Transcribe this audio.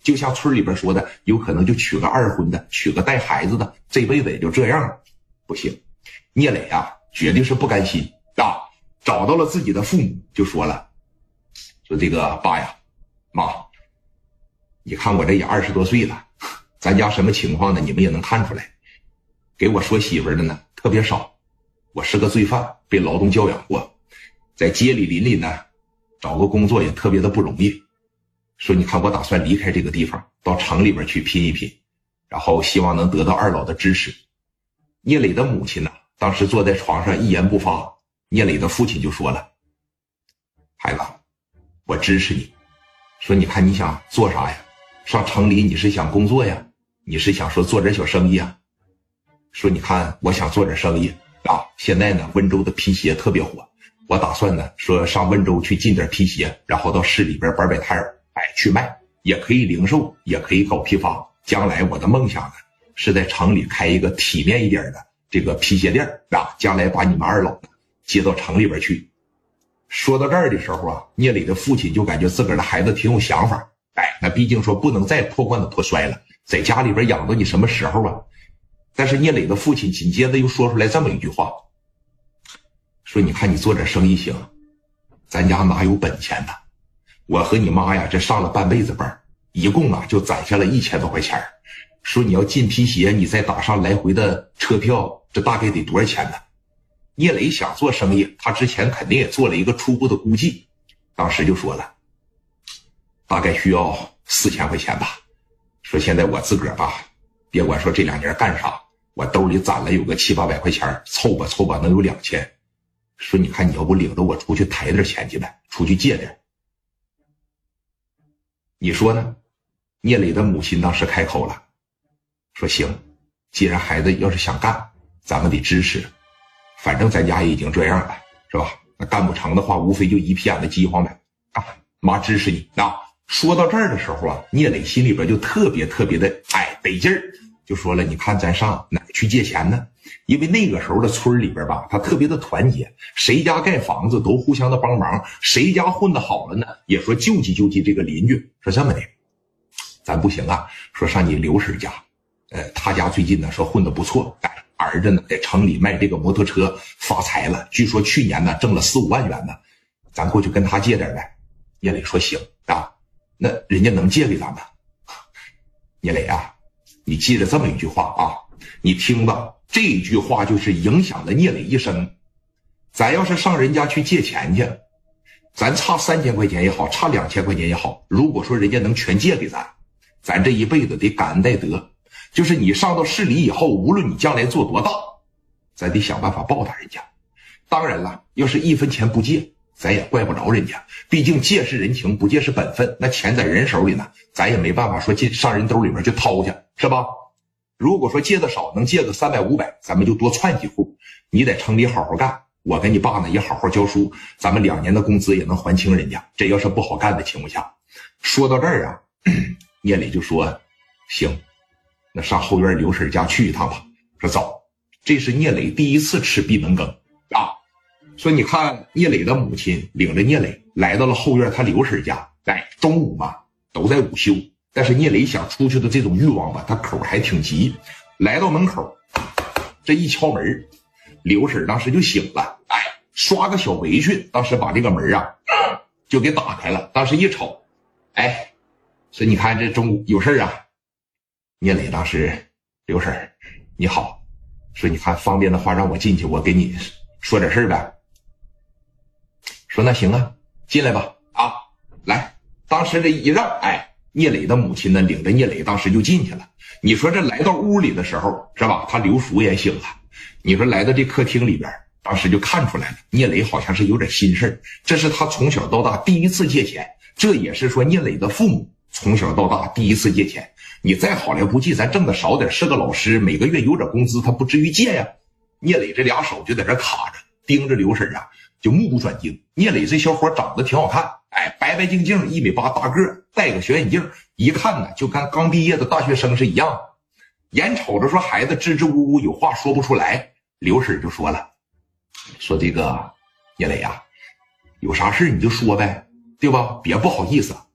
就像村里边说的，有可能就娶个二婚的，娶个带孩子的，这辈子也就这样了。不行，聂磊啊，绝对是不甘心啊，找到了自己的父母，就说了，说这个爸呀，妈，你看我这也20多岁了，咱家什么情况呢？你们也能看出来。给我说媳妇的呢特别少，我是个罪犯，被劳动教养过，在街里邻里呢找个工作也特别的不容易。说你看我打算离开这个地方，到城里边去拼一拼，然后希望能得到二老的支持。聂磊的母亲呢，当时坐在床上一言不发。聂磊的父亲就说了，孩子，我支持你。说你看你想做啥呀？上城里你是想工作呀？你是想说做点小生意啊？说你看我想做点生意啊，现在呢温州的皮鞋特别火，我打算呢说上温州去进点皮鞋，然后到市里边摆摆摊儿，去卖，也可以零售，也可以搞批发。将来我的梦想呢是在城里开一个体面一点的这个皮鞋店啊，将来把你们二老呢接到城里边去。说到这儿的时候啊，聂磊的父亲就感觉自个儿的孩子挺有想法，那毕竟说不能再破罐子破摔了，在家里边养到你什么时候啊？但是聂磊的父亲紧接着又说出来这么一句话，说你看你做点生意行，咱家哪有本钱呢？我和你妈呀这上了半辈子班，一共啊就攒下了1000多块钱。说你要进皮鞋，你再打上来回的车票，这大概得多少钱呢？聂磊想做生意，他之前肯定也做了一个初步的估计，当时就说了，大概需要4000块钱吧。说现在我自个儿吧，别管说这2年干啥，我兜里攒了有个700、800块钱，凑吧凑吧能有2000。说你看你要不领着我出去抬点钱去呗，出去借点。你说呢？聂磊的母亲当时开口了，说行，既然孩子要是想干，咱们得支持，反正咱家也已经这样了，是吧？那干不成的话，无非就一屁眼的饥荒呗。啊，妈支持你啊！说到这儿的时候啊，聂磊心里边就特别的得劲儿，就说了，你看咱上哪去借钱呢？因为那个时候的村里边吧，他特别的团结，谁家盖房子都互相的帮忙，谁家混得好了呢，也说救济这个邻居。说这么的，咱不行啊，说上你刘婶家，他家最近呢说混得不错，儿子呢在城里卖这个摩托车发财了，据说去年呢挣了4、5万元呢，咱过去跟他借点呗。聂磊说行啊，那人家能借给咱们。聂磊啊，你记着这么一句话啊，你听吧，这句话就是影响了聂磊一生。咱要是上人家去借钱去，咱差3000块钱也好，差2000块钱也好，如果说人家能全借给咱，咱这一辈子得感恩戴德。就是你上到市里以后，无论你将来做多大，咱得想办法报答人家。当然了，要是1分钱不借，咱也怪不着人家，毕竟借是人情，不借是本分，那钱在人手里呢，咱也没办法说上人兜里面去掏去，是吧？如果说借的少，能借个300、500，咱们就多串几户。你在城里好好干，我跟你爸呢也好好教书，咱们2年的工资也能还清人家。这要是不好干的情况下，说到这儿啊，聂磊就说行，那上后院刘婶家去一趟吧。说走，这是聂磊第一次吃闭门羹啊。说你看聂磊的母亲领着聂磊来到了后院他刘婶家，中午嘛都在午休，但是聂磊想出去的这种欲望吧，他口还挺急。来到门口，这一敲门，刘婶当时就醒了，刷个小围裙，当时把这个门啊就给打开了。当时一瞅，说你看这中午有事啊。聂磊当时，刘婶你好，说你看方便的话让我进去，我给你说点事呗。说那行啊，进来吧啊，来。当时这一让，聂磊的母亲呢领着聂磊当时就进去了。你说这来到屋里的时候是吧，他刘叔也醒了。你说来到这客厅里边，当时就看出来了，聂磊好像是有点心事儿。这是他从小到大第一次借钱，这也是说聂磊的父母从小到大第一次借钱。你再好来不济，咱挣的少点，是个老师，每个月有点工资，他不至于借呀。聂磊这俩手就在这卡着，盯着刘婶啊，就目不转睛。聂磊这小伙长得挺好看，白白净净，1.8米大个，戴个小眼镜，一看呢就跟刚毕业的大学生是一样的。眼瞅着说孩子支支吾吾，有话说不出来，刘婶就说了，说这个聂磊啊，有啥事你就说呗，对吧？别不好意思。